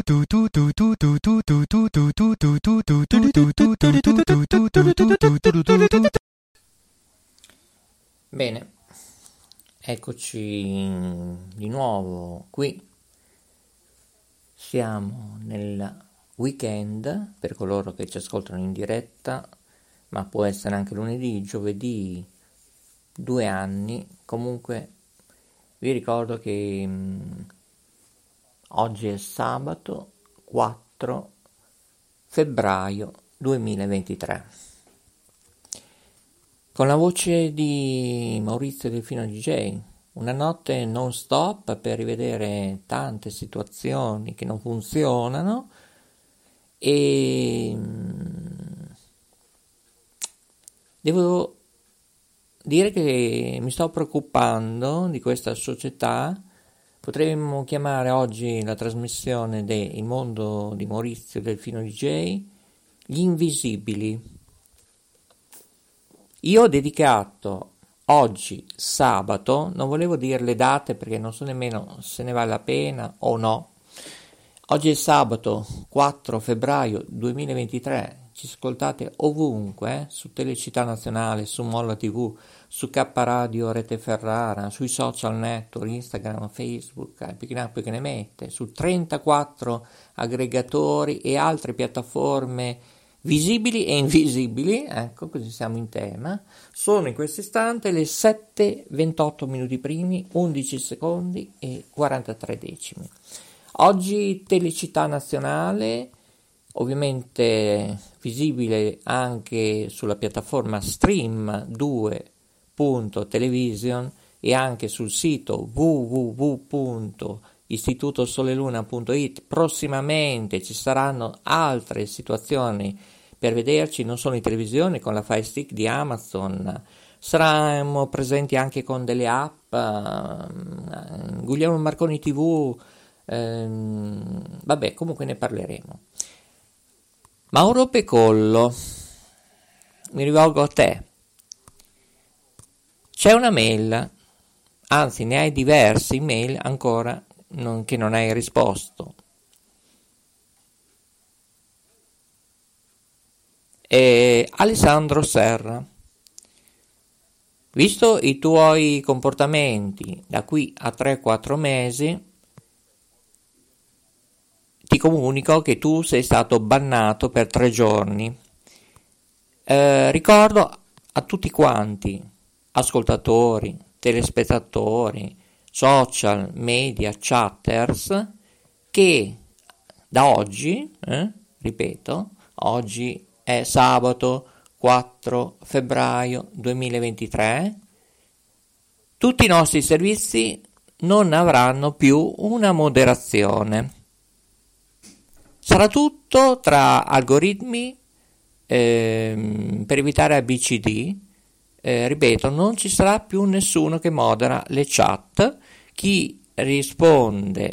Bene, eccoci di nuovo qui. Siamo nel weekend per coloro che ci ascoltano in diretta, ma può essere anche lunedì, giovedì, 2 anni. Comunque vi ricordo che oggi è sabato 4 febbraio 2023. Con la voce di Maurizio Delfino DJ, una notte non stop per rivedere tante situazioni che non funzionano e devo dire che mi sto preoccupando di questa società. Potremmo chiamare oggi la trasmissione del mondo di Maurizio Delfino DJ gli invisibili. Io ho dedicato oggi, sabato, non volevo dire le date perché non so nemmeno se ne vale la pena o no. Oggi è sabato 4 febbraio 2023, ci ascoltate ovunque, su Telecittà Nazionale, su Molla TV, su K Radio Rete Ferrara, sui social network, Instagram, Facebook, più che ne mette, su 34 aggregatori e altre piattaforme visibili e invisibili, ecco, così siamo in tema. Sono in questo istante le 7:28 minuti primi, 11 secondi e 43 decimi. Oggi Telecittà Nazionale, ovviamente visibile anche sulla piattaforma Stream2.television e anche sul sito www.istitutosoleluna.it. Prossimamente ci saranno altre situazioni per vederci, non solo in televisione, con la Fire Stick di Amazon. Saremo presenti anche con delle app, Guglielmo Marconi TV, vabbè, comunque ne parleremo. Mauro Pecollo, mi rivolgo a te. C'è una mail, anzi ne hai diverse email ancora che non hai risposto. Alessandro Serra, visto i tuoi comportamenti da qui a 3-4 mesi, ti comunico che tu sei stato bannato per 3 giorni. Ricordo a tutti quanti, ascoltatori, telespettatori, social, media, chatters, che da oggi, ripeto, oggi è sabato 4 febbraio 2023, tutti i nostri servizi non avranno più una moderazione. Sarà tutto tra algoritmi per evitare ABCD. Ripeto, non ci sarà più nessuno che modera le chat. Chi risponde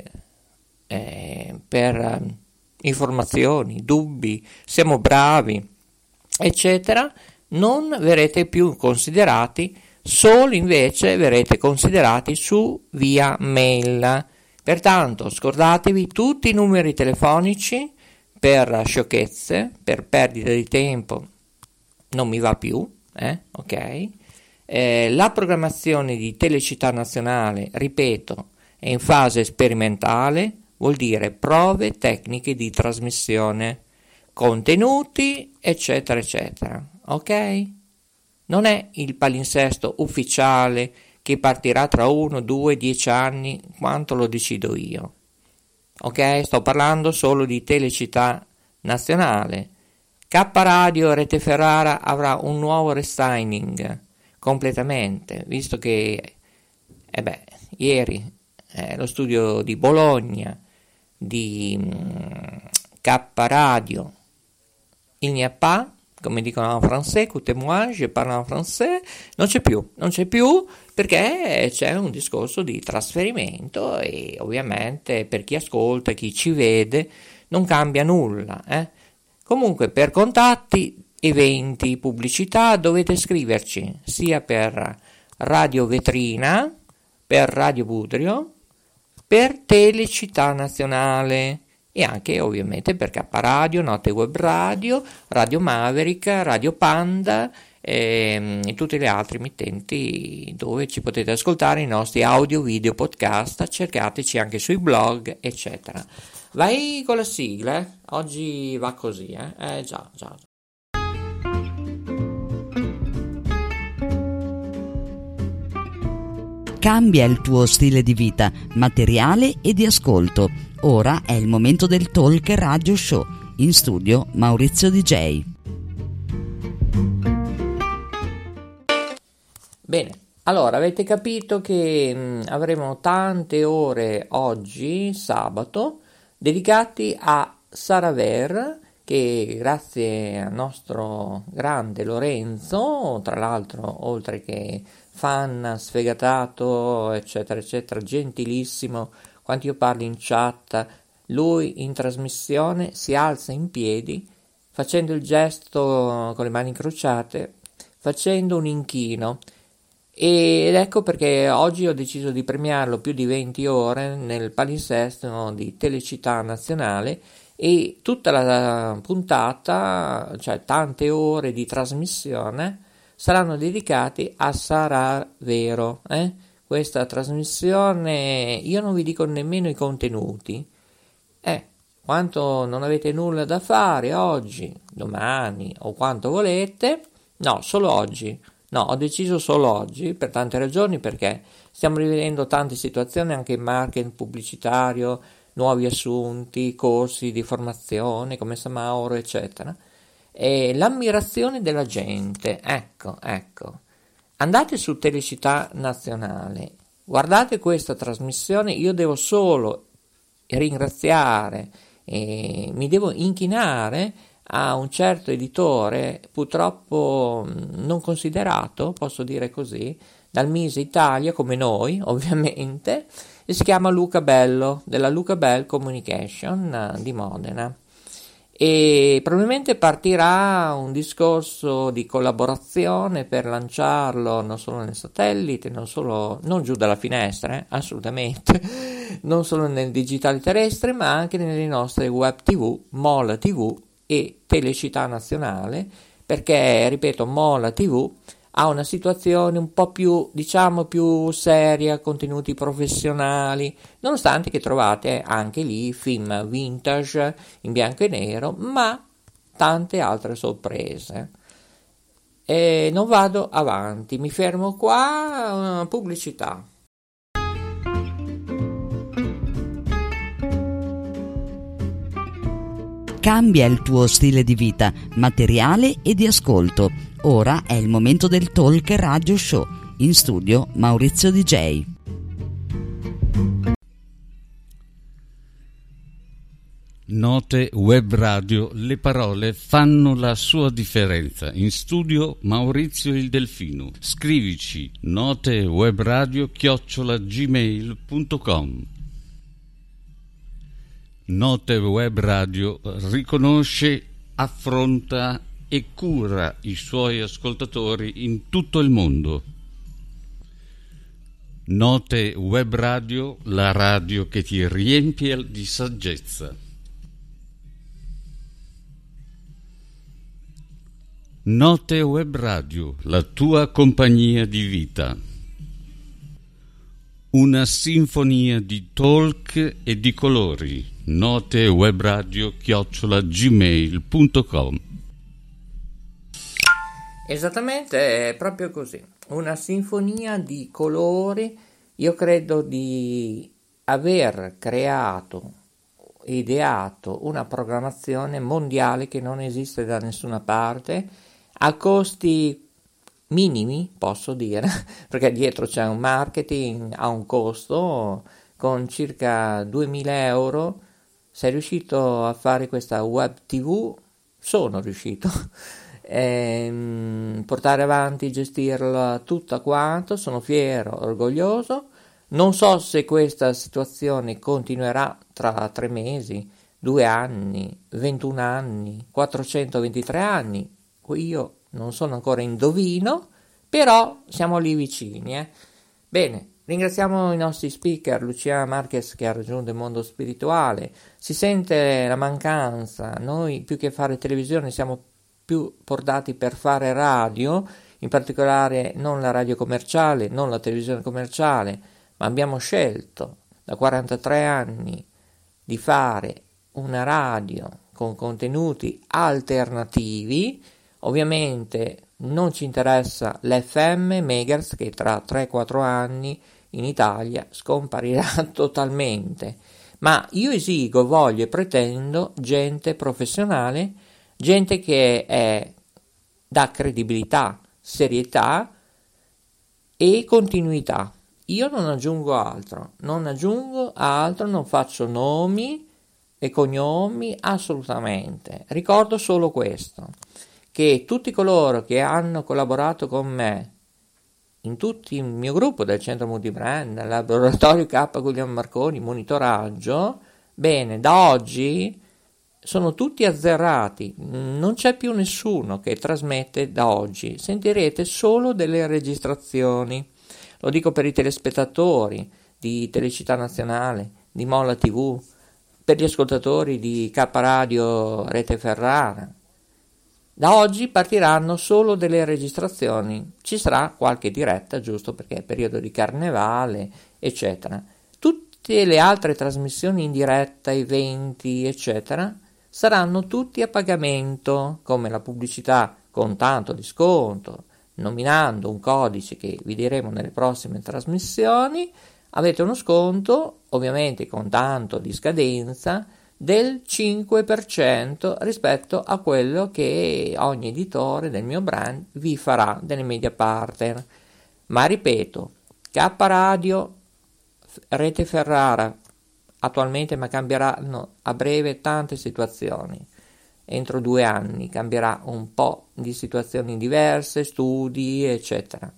per informazioni, dubbi, siamo bravi, eccetera, non verrete più considerati, solo invece verrete considerati su via mail. Pertanto scordatevi tutti i numeri telefonici per sciocchezze, per perdita di tempo, non mi va più, ok? La programmazione di Telecittà Nazionale, ripeto, è in fase sperimentale, vuol dire prove tecniche di trasmissione, contenuti, eccetera, eccetera, ok? Non è il palinsesto ufficiale che partirà tra 1, 2, 10 anni, quanto lo decido io. Ok? Sto parlando solo di Telecittà Nazionale. K Radio Rete Ferrara avrà un nuovo restyling completamente, visto che ieri lo studio di Bologna di K Radio il n'y a pas, come dicono en français, écoutez-moi, je parle en français, non c'è più perché c'è un discorso di trasferimento e ovviamente per chi ascolta, chi ci vede, non cambia nulla. Comunque per contatti, eventi, pubblicità dovete scriverci sia per Radio Vetrina, per Radio Budrio, per Telecittà Nazionale e anche ovviamente per K Radio, Note Web Radio, Radio Maverick, Radio Panda e tutte le altre emittenti dove ci potete ascoltare i nostri audio, video, podcast, cercateci anche sui blog, eccetera. Vai con la sigla, eh? Oggi va così, già. Cambia il tuo stile di vita, materiale e di ascolto. Ora è il momento del Talk Radio Show. In studio Maurizio DJ. Bene, allora avete capito che avremo tante ore oggi, sabato, dedicati a Saraver, che grazie al nostro grande Lorenzo, tra l'altro oltre che fan sfegatato eccetera eccetera, gentilissimo, quando io parlo in chat lui in trasmissione si alza in piedi facendo il gesto con le mani incrociate, facendo un inchino, ed ecco perché oggi ho deciso di premiarlo più di 20 ore nel palinsesto di Telecittà Nazionale, e tutta la puntata, cioè tante ore di trasmissione, saranno dedicati a Sarà Vero. Questa trasmissione, io non vi dico nemmeno i contenuti, quanto non avete nulla da fare oggi, domani o quanto volete, no, solo oggi. No, ho deciso solo oggi per tante ragioni, perché stiamo rivedendo tante situazioni anche in marketing pubblicitario, nuovi assunti, corsi di formazione come Samauro, eccetera. E l'ammirazione della gente, ecco. Andate su Telecittà Nazionale, guardate questa trasmissione, io devo solo ringraziare e mi devo inchinare a un certo editore, purtroppo non considerato, posso dire così, dal Mise Italia, come noi ovviamente, e si chiama Luca Bello, della Luca Bell Communication di Modena. E probabilmente partirà un discorso di collaborazione per lanciarlo non solo nel satellite, non giù dalla finestra, assolutamente, non solo nel digitale terrestre, ma anche nelle nostre web TV, Mola TV e Telecittà Nazionale, perché, ripeto, Mola TV ha una situazione un po' più, diciamo, più seria, contenuti professionali, nonostante che trovate anche lì film vintage in bianco e nero, ma tante altre sorprese. E non vado avanti, mi fermo qua, pubblicità. Cambia il tuo stile di vita, materiale e di ascolto. Ora è il momento del Talk Radio Show. In studio Maurizio DJ. Note Web Radio, le parole fanno la sua differenza. In studio Maurizio il Delfino. Scrivici notewebradio@gmail.com. Note Web Radio riconosce, affronta e cura i suoi ascoltatori in tutto il mondo. Note Web Radio, la radio che ti riempie di saggezza. Note Web Radio, la tua compagnia di vita. Una sinfonia di talk e di colori. notewebradio@gmail.com. Esattamente, è proprio così. Una sinfonia di colori. Io credo di aver creato, ideato una programmazione mondiale che non esiste da nessuna parte, a costi minimi, posso dire, perché dietro c'è un marketing a un costo, con circa 2000 euro sei riuscito a fare questa web TV, sono riuscito portare avanti, gestirla tutta quanto, sono fiero, orgoglioso. Non so se questa situazione continuerà tra 3 mesi, 2 anni, 21 anni, 423 anni, io non sono ancora indovino, però siamo lì vicini. Bene, Ringraziamo i nostri speaker, Lucia Marquez che ha raggiunto il mondo spirituale. Si sente la mancanza, noi più che fare televisione siamo più portati per fare radio, in particolare non la radio commerciale, non la televisione commerciale, ma abbiamo scelto da 43 anni di fare una radio con contenuti alternativi. Ovviamente non ci interessa l'FM megahertz che tra 3-4 anni in Italia scomparirà totalmente, ma io esigo, voglio e pretendo gente professionale, gente che dà credibilità, serietà e continuità. Io non aggiungo altro, non faccio nomi e cognomi assolutamente. Ricordo solo questo, che tutti coloro che hanno collaborato con me in tutto il mio gruppo del Centro Multibrand, Laboratorio K Guglielmo Marconi, Monitoraggio, bene, da oggi sono tutti azzerati, non c'è più nessuno che trasmette da oggi, sentirete solo delle registrazioni. Lo dico per i telespettatori di Telecittà Nazionale, di Molla TV, per gli ascoltatori di K Radio Rete Ferrara. Da oggi partiranno solo delle registrazioni, ci sarà qualche diretta, giusto perché è periodo di carnevale, eccetera. Tutte le altre trasmissioni in diretta, eventi, eccetera, saranno tutti a pagamento, come la pubblicità con tanto di sconto, nominando un codice che vi diremo nelle prossime trasmissioni, avete uno sconto, ovviamente con tanto di scadenza, del 5% rispetto a quello che ogni editore del mio brand vi farà delle media partner. Ma ripeto, K Radio Rete Ferrara attualmente, ma cambieranno a breve tante situazioni. Entro 2 anni cambierà un po' di situazioni diverse, studi, eccetera.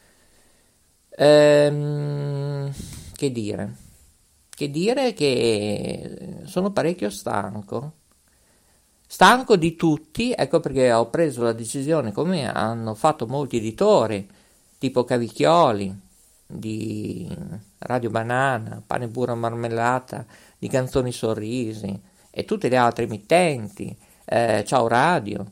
Che dire? Che dire che sono parecchio stanco di tutti, ecco perché ho preso la decisione, come hanno fatto molti editori, tipo Cavicchioli, di Radio Banana, Pane Burro Marmellata, di Canzoni Sorrisi, e tutte le altre emittenti, Ciao Radio,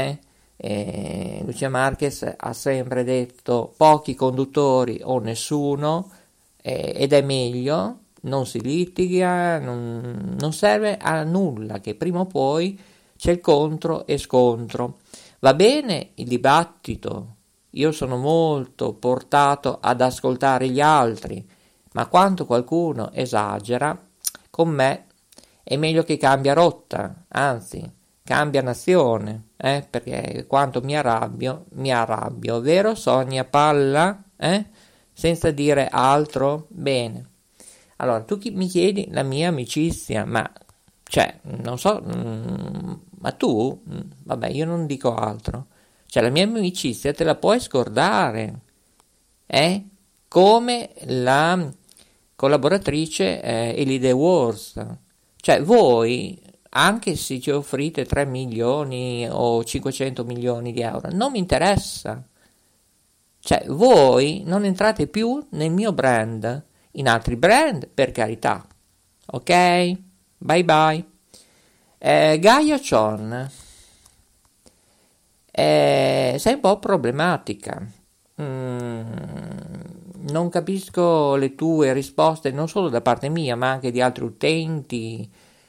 Lucia Marquez ha sempre detto pochi conduttori o nessuno, ed è meglio. Non si litiga, non serve a nulla, che prima o poi c'è il contro e scontro. Va bene il dibattito, io sono molto portato ad ascoltare gli altri, ma quando qualcuno esagera, con me è meglio che cambia rotta, anzi, cambia nazione, perché quando mi arrabbio, vero Sonia Palla? Senza dire altro? Bene. Allora, tu mi chiedi la mia amicizia, ma, non so, ma tu, vabbè, io non dico altro, la mia amicizia te la puoi scordare, come la collaboratrice Elide Wars, voi, anche se ci offrite 3 milioni o 500 milioni di euro, non mi interessa, voi non entrate più nel mio brand. In altri brand, per carità. Ok? Bye bye. Gaia Chon, sei un po' problematica. Non capisco le tue risposte, non solo da parte mia, ma anche di altri utenti.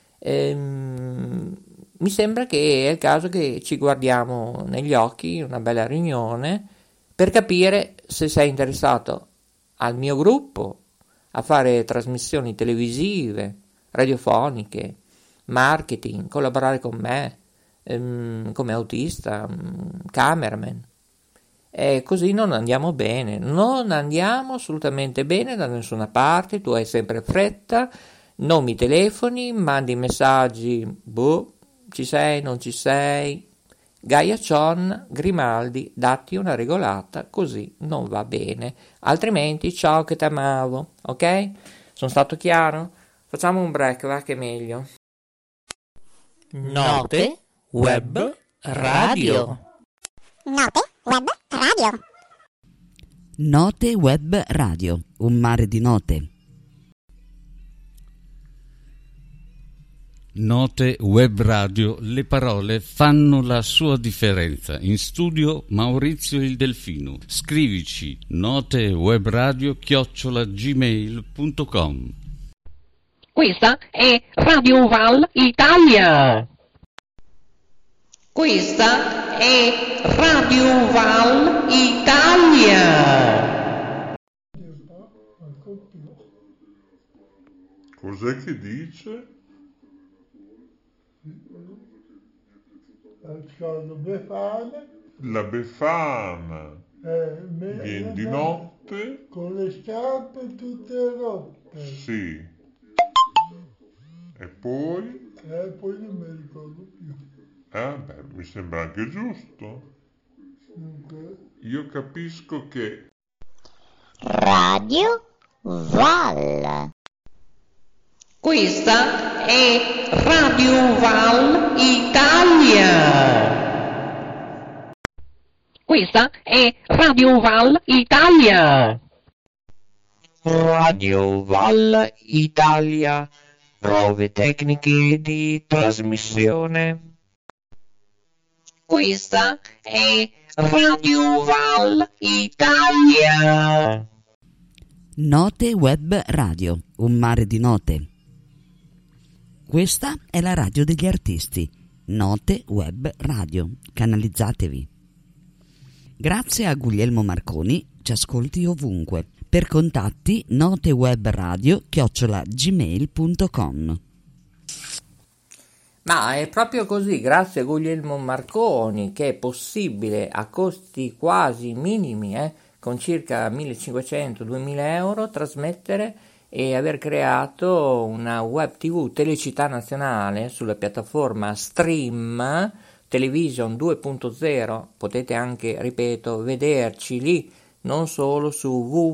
Mi sembra che è il caso che ci guardiamo negli occhi, una bella riunione, per capire se sei interessato al mio gruppo, a fare trasmissioni televisive, radiofoniche, marketing, collaborare con me come autista, cameraman. E così non andiamo bene, non andiamo assolutamente bene da nessuna parte. Tu hai sempre fretta, non mi telefoni, mandi messaggi, ci sei, non ci sei. Gaia Chon, Grimaldi, datti una regolata, così non va bene, altrimenti ciao che t'amavo, ok? Sono stato chiaro? Facciamo un break, va che è meglio. Note Web Radio. Note Web Radio. Note Web Radio, un mare di note. Note Web Radio, le parole fanno la sua differenza. In studio Maurizio il Delfino. Scrivici notewebradio@gmail.com. Questa è Radio Val Italia. Questa è Radio Val Italia. Cos'è che dice? La Befana viene di notte con le scarpe tutte rotte. Sì. E poi? Poi non mi ricordo più. Mi sembra anche giusto. Io capisco che Radio Val. Questa è Radio Val Italia. Questa è Radio Val Italia. Radio Val Italia. Prove tecniche di trasmissione. Questa è Radio Val Italia. Note Web Radio, un mare di note. Questa è la radio degli artisti. Note Web Radio. Canalizzatevi. Grazie a Guglielmo Marconi, ci ascolti ovunque. Per contatti notewebradio@gmail.com. Ma è proprio così, grazie a Guglielmo Marconi, che è possibile a costi quasi minimi, con circa 1.500-2.000 euro, trasmettere e aver creato una web tv Telecittà Nazionale sulla piattaforma Stream Television 2.0. Potete anche, ripeto, vederci lì, non solo su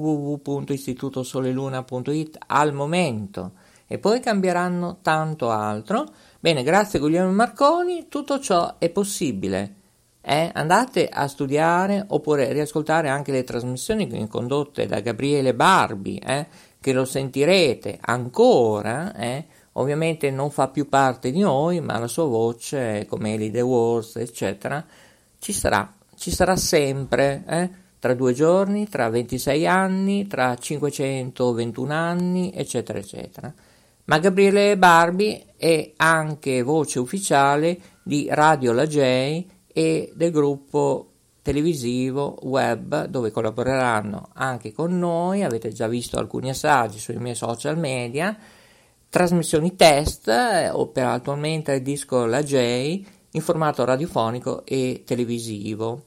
www.istitutosoleluna.it al momento, e poi cambieranno tanto altro. Bene, grazie a Guglielmo Marconi tutto ciò è possibile. Andate a studiare oppure riascoltare anche le trasmissioni condotte da Gabriele Barbi, che lo sentirete ancora, ovviamente non fa più parte di noi, ma la sua voce, come Ellie The Wars, eccetera, ci sarà sempre, tra 2 giorni, tra 26 anni, tra 521 anni, eccetera, eccetera. Ma Gabriele Barbi è anche voce ufficiale di Radio La J e del gruppo televisivo web, dove collaboreranno anche con noi. Avete già visto alcuni assaggi sui miei social media, trasmissioni test per attualmente il disco La J in formato radiofonico e televisivo.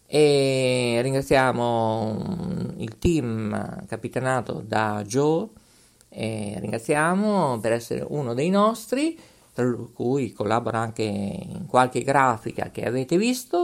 E ringraziamo il team capitanato da Joe, e ringraziamo per essere uno dei nostri, per cui collabora anche in qualche grafica che avete visto.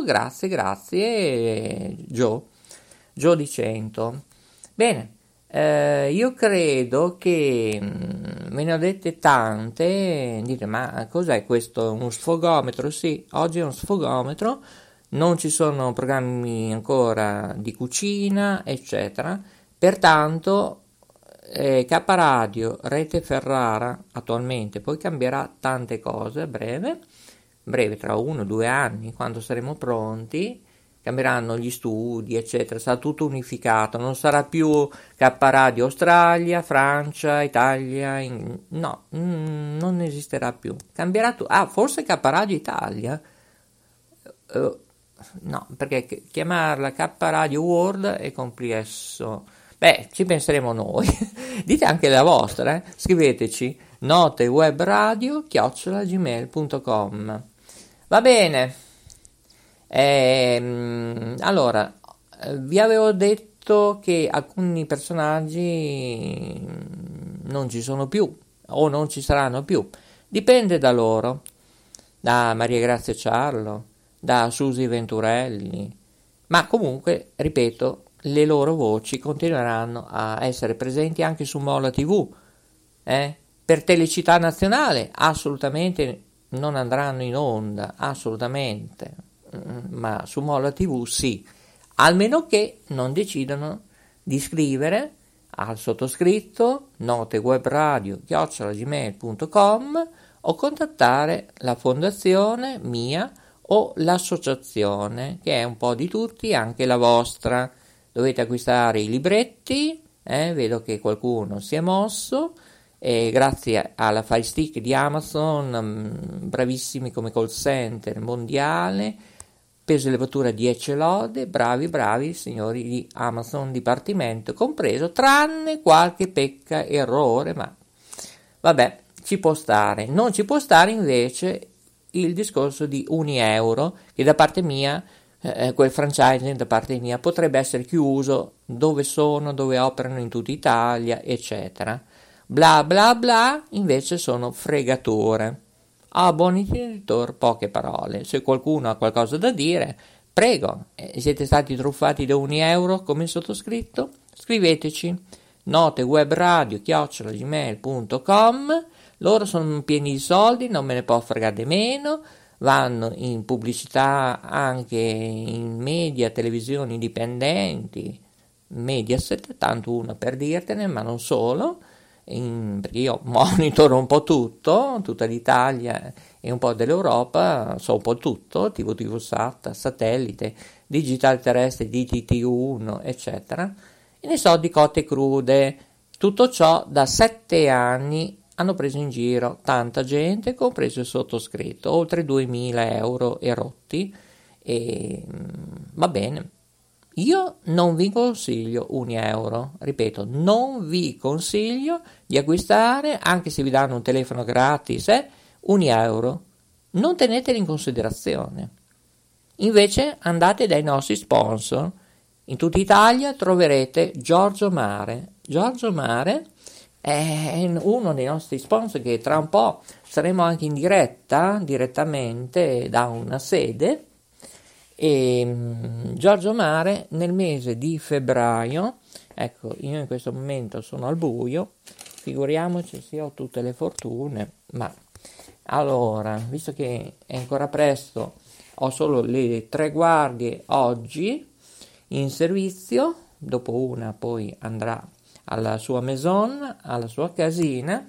Grazie Joe di 100. Bene, io credo che ve ne ho dette tante. Dite, ma cos'è questo? Uno sfogometro? Sì, oggi è uno sfogometro, non ci sono programmi ancora di cucina, eccetera, pertanto K Radio, Rete Ferrara attualmente, poi cambierà tante cose a breve, tra 1 o 2 anni, quando saremo pronti, cambieranno gli studi, eccetera, sarà tutto unificato, non sarà più K Radio Australia, Francia, Italia, no, non esisterà più, cambierà tutto. Forse K Radio Italia, no, perché chiamarla K Radio World è complesso. Ci penseremo noi. Dite anche la vostra, scriveteci notewebradio@gmail.com. Va bene. Allora, vi avevo detto che alcuni personaggi non ci sono più o non ci saranno più, dipende da loro, da Maria Grazia Ciarlo, da Susi Venturelli, ma comunque, ripeto, le loro voci continueranno a essere presenti anche su Mola TV. Per Telecittà Nazionale assolutamente non andranno in onda, assolutamente, ma su Mola TV sì, almeno che non decidano di scrivere al sottoscritto notewebradio@gmail.com o contattare la fondazione mia o l'associazione, che è un po' di tutti, anche la vostra. Dovete acquistare i libretti, vedo che qualcuno si è mosso, e grazie alla Fire Stick di Amazon, bravissimi come call center mondiale, peso e levatura 10 lode, bravi signori di Amazon Dipartimento compreso, tranne qualche pecca, errore, ma vabbè, ci può stare. Non ci può stare invece il discorso di €1, che da parte mia, quel franchising da parte mia potrebbe essere chiuso dove operano in tutta Italia, eccetera. Bla bla bla, invece sono fregature. A buon intenditor, poche parole. Se qualcuno ha qualcosa da dire, prego. Siete stati truffati da €1 come il sottoscritto? Scriveteci notewebradio@gmail.com. Loro sono pieni di soldi, non me ne può fregare di meno, vanno in pubblicità anche in media, televisioni indipendenti, Mediaset, tanto una per dirtene, ma non solo, perché io monitoro un po' tutto, tutta l'Italia e un po' dell'Europa, so un po' tutto, TV Sat, satellite, digitale terrestre, DTT1, eccetera, e ne so di cotte crude. Tutto ciò da 7 anni hanno preso in giro tanta gente, compreso il sottoscritto, oltre €2.000 e rotti, e va bene. Io non vi consiglio €1, ripeto, non vi consiglio di acquistare, anche se vi danno un telefono gratis, €1. Non teneteli in considerazione. Invece andate dai nostri sponsor. In tutta Italia troverete Giorgio Mare. Giorgio Mare è uno dei nostri sponsor, che tra un po' saremo anche in direttamente da una sede. E Giorgio Mare nel mese di febbraio, ecco, io in questo momento sono al buio, figuriamoci se ho tutte le fortune, ma allora, visto che è ancora presto, ho solo le 3 guardie oggi in servizio, dopo una poi andrà alla sua maison, alla sua casina.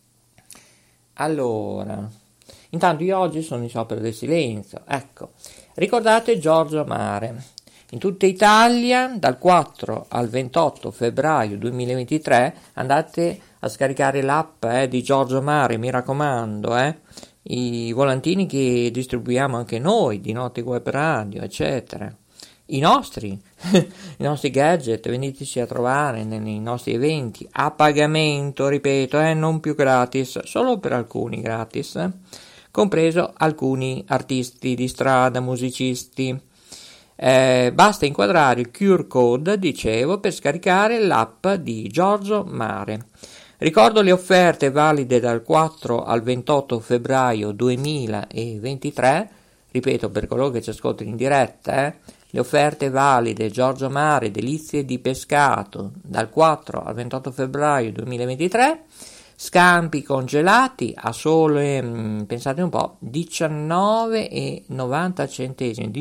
Allora, intanto io oggi sono in sciopero del silenzio, ecco. Ricordate Giorgio Mare, in tutta Italia dal 4 al 28 febbraio 2023, andate a scaricare l'app di Giorgio Mare, mi raccomando, i volantini che distribuiamo anche noi, di Note Web Radio, eccetera, i nostri gadget, veniteci a trovare nei nostri eventi, a pagamento, ripeto, non più gratis, solo per alcuni gratis, compreso alcuni artisti di strada, musicisti. Basta inquadrare il QR code, dicevo, per scaricare l'app di Giorgio Mare. Ricordo le offerte valide dal 4 al 28 febbraio 2023, ripeto per coloro che ci ascoltano in diretta, le offerte valide Giorgio Mare, delizie di pescato, dal 4 al 28 febbraio 2023, scampi congelati a solo, pensate un po', 19,90 €,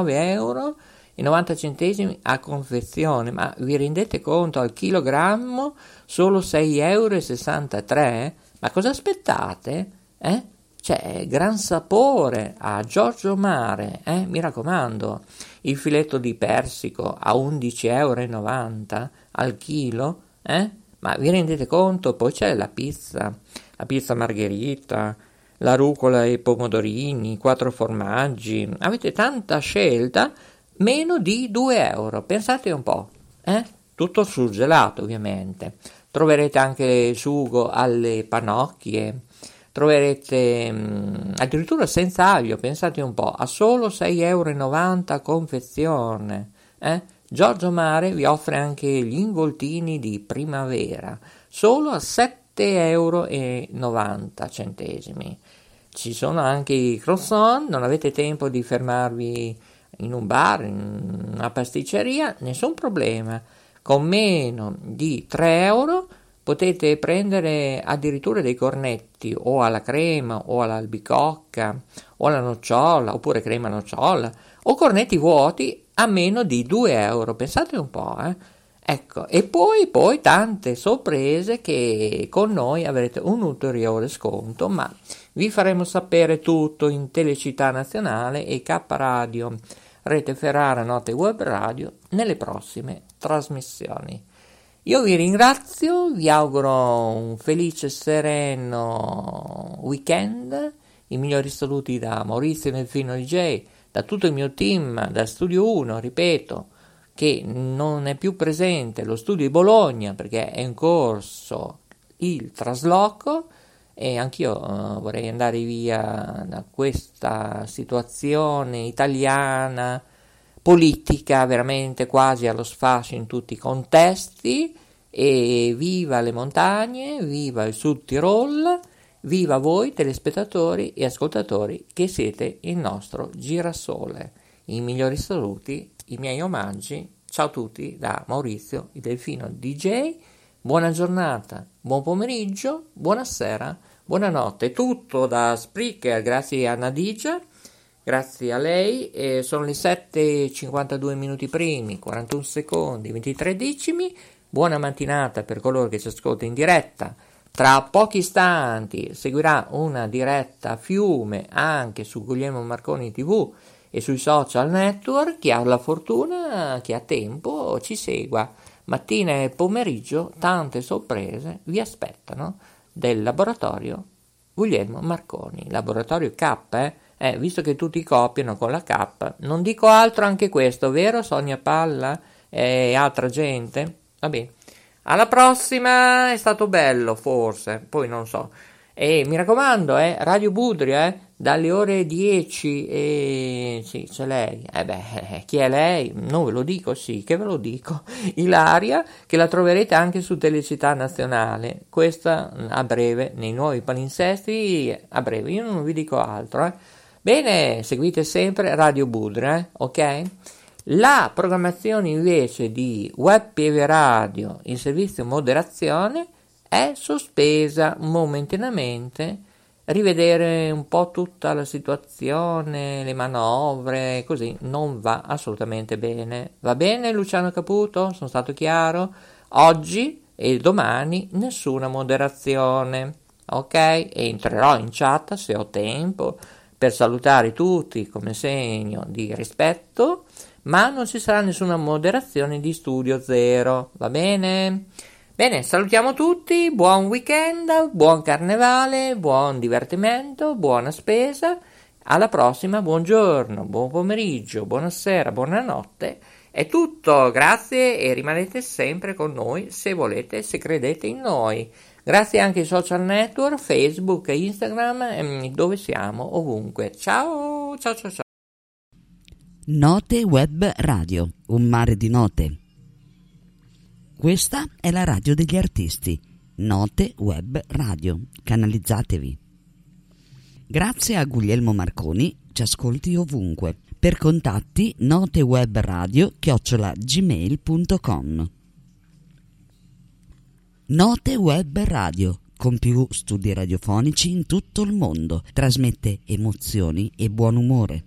19,90 € a confezione, ma vi rendete conto, al chilogrammo solo 6,63 €? Ma cosa aspettate? C'è gran sapore a Giorgio Mare, mi raccomando. Il filetto di persico a 11,90 € al chilo, Ma vi rendete conto? Poi c'è la pizza margherita, la rucola e pomodorini, 4 formaggi, avete tanta scelta, meno di 2 €, pensate un po', tutto surgelato ovviamente. Troverete anche il sugo alle pannocchie, troverete addirittura senza aglio, pensate un po', a solo 6,90 € a confezione, Giorgio Mare vi offre anche gli involtini di primavera, solo a 7,90 €. Ci sono anche i croissant, non avete tempo di fermarvi in un bar, in una pasticceria, nessun problema. Con meno di 3 € potete prendere addirittura dei cornetti o alla crema o all'albicocca o alla nocciola, oppure crema nocciola, o cornetti vuoti a meno di 2 €. Pensate un po', Ecco, e poi tante sorprese che con noi avrete un ulteriore sconto, ma vi faremo sapere tutto in Telecittà Nazionale e K Radio, Rete Ferrara, Note Web Radio, nelle prossime trasmissioni. Io vi ringrazio, vi auguro un felice, sereno weekend, i migliori saluti da Maurizio Delfino DJ, da tutto il mio team, da Studio 1, ripeto, che non è più presente lo studio di Bologna perché è in corso il trasloco e anch'io vorrei andare via da questa situazione italiana, politica, veramente quasi allo sfascio in tutti i contesti. E viva le montagne, viva il Sud Tirol, viva voi telespettatori e ascoltatori che siete il nostro girasole. I migliori saluti, i miei omaggi, ciao a tutti da Maurizio il Delfino DJ, buona giornata, buon pomeriggio, buonasera, buonanotte, tutto da Spreaker, grazie a Nadigia, grazie a lei, sono le 7:52 minuti primi, 41 secondi, 23 decimi, buona mattinata per coloro che ci ascoltano in diretta. Tra pochi istanti seguirà una diretta a fiume anche su Guglielmo Marconi TV e sui social network. Chi ha la fortuna, chi ha tempo, ci segua. Mattina e pomeriggio tante sorprese vi aspettano del laboratorio Guglielmo Marconi, laboratorio K, visto che tutti copiano con la K. Non dico altro, anche questo, vero Sonia Palla e altra gente? Va bene. Alla prossima, è stato bello forse, poi non so. E mi raccomando, Radio Budrio, dalle ore 10 sì, c'è lei. Chi è lei? Non ve lo dico, sì, che ve lo dico. Ilaria, che la troverete anche su Telecittà Nazionale. Questa a breve, nei nuovi palinsesti, a breve, io non vi dico altro, Bene, seguite sempre Radio Budrio, ok? La programmazione invece di Web PV Radio, il servizio moderazione, è sospesa momentaneamente. Rivedere un po' tutta la situazione, le manovre, così non va assolutamente bene. Va bene Luciano Caputo? Sono stato chiaro? Oggi e domani nessuna moderazione, ok? E entrerò in chat se ho tempo per salutare tutti come segno di rispetto, ma non ci sarà nessuna moderazione di Studio Zero, va bene? Bene, salutiamo tutti, buon weekend, buon carnevale, buon divertimento, buona spesa, alla prossima, buongiorno, buon pomeriggio, buonasera, buonanotte, è tutto, grazie e rimanete sempre con noi se volete, se credete in noi. Grazie anche ai social network, Facebook e Instagram, dove siamo ovunque. Ciao, ciao, ciao, ciao. Note Web Radio, un mare di note. Questa è la radio degli artisti, Note Web Radio, canalizzatevi. Grazie a Guglielmo Marconi, ci ascolti ovunque. Per contatti notewebradio@gmail.com. Note Web Radio, con più studi radiofonici in tutto il mondo, trasmette emozioni e buon umore.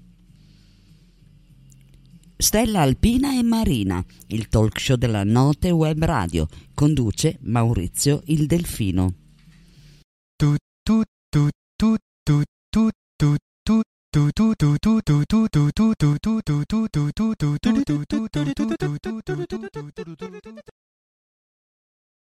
Stella Alpina e Marina, il talk show della Note Web Radio, conduce Maurizio il Delfino.